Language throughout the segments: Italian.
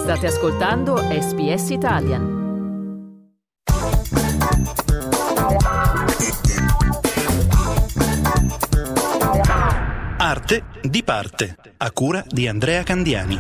State ascoltando SBS Italian. Arte di parte, a cura di Andrea Candiani.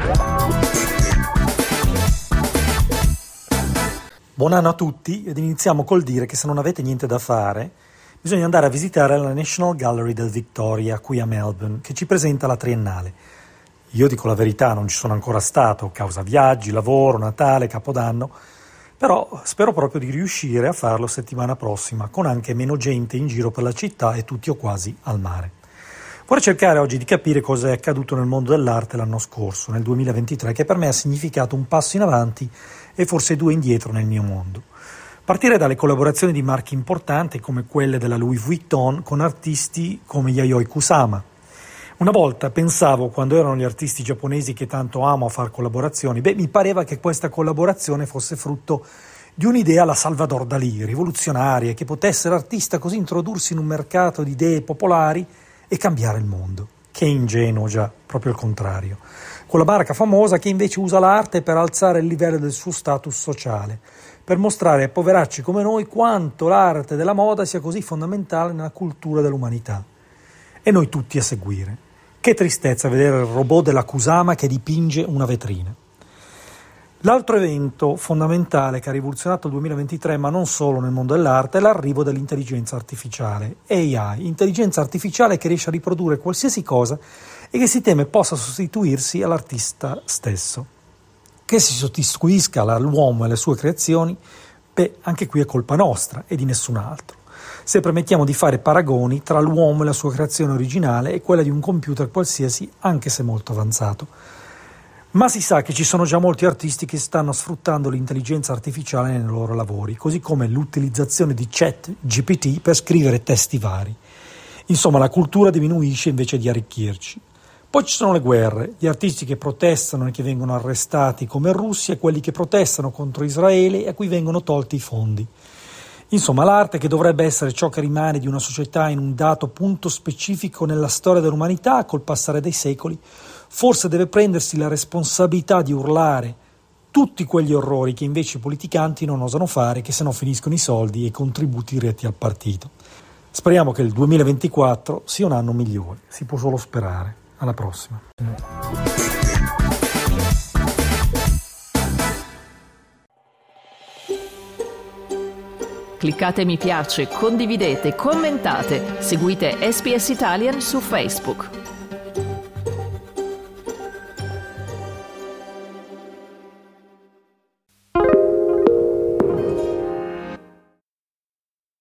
Buon anno a tutti ed iniziamo col dire che se non avete niente da fare bisogna andare a visitare la National Gallery del Victoria qui a Melbourne, che ci presenta la Triennale. Io dico la verità, non ci sono ancora stato, causa viaggi, lavoro, Natale, Capodanno, però spero proprio di riuscire a farlo settimana prossima, con anche meno gente in giro per la città e tutti o quasi al mare. Vorrei cercare oggi di capire cosa è accaduto nel mondo dell'arte l'anno scorso, nel 2023, che per me ha significato un passo in avanti e forse due indietro nel mio mondo. Partire dalle collaborazioni di marchi importanti come quelle della Louis Vuitton con artisti come Yayoi Kusama. Una volta pensavo, quando erano gli artisti giapponesi che tanto amo a fare collaborazioni, mi pareva che questa collaborazione fosse frutto di un'idea alla Salvador Dalì, rivoluzionaria, che potesse l'artista così introdursi in un mercato di idee popolari e cambiare il mondo. Che ingenuo, già, proprio il contrario. Con la marca famosa che invece usa l'arte per alzare il livello del suo status sociale, per mostrare ai poveracci come noi quanto l'arte della moda sia così fondamentale nella cultura dell'umanità. E noi tutti a seguire. Che tristezza vedere il robot della Kusama che dipinge una vetrina. L'altro evento fondamentale che ha rivoluzionato il 2023, ma non solo nel mondo dell'arte, è l'arrivo dell'intelligenza artificiale, AI, intelligenza artificiale che riesce a riprodurre qualsiasi cosa e che si teme possa sostituirsi all'artista stesso. Che si sostituisca all'uomo e alle sue creazioni, anche qui è colpa nostra e di nessun altro. Se permettiamo di fare paragoni tra l'uomo e la sua creazione originale e quella di un computer qualsiasi, anche se molto avanzato. Ma si sa che ci sono già molti artisti che stanno sfruttando l'intelligenza artificiale nei loro lavori, così come l'utilizzazione di ChatGPT per scrivere testi vari. Insomma, la cultura diminuisce invece di arricchirci. Poi ci sono le guerre, gli artisti che protestano e che vengono arrestati come in Russia e quelli che protestano contro Israele e a cui vengono tolti i fondi. Insomma, l'arte, che dovrebbe essere ciò che rimane di una società in un dato punto specifico nella storia dell'umanità, col passare dei secoli, forse deve prendersi la responsabilità di urlare tutti quegli orrori che invece i politicanti non osano fare, che se no finiscono i soldi e i contributi diretti al partito. Speriamo che il 2024 sia un anno migliore, si può solo sperare. Alla prossima. Cliccate mi piace, condividete, commentate, seguite SBS Italian su Facebook.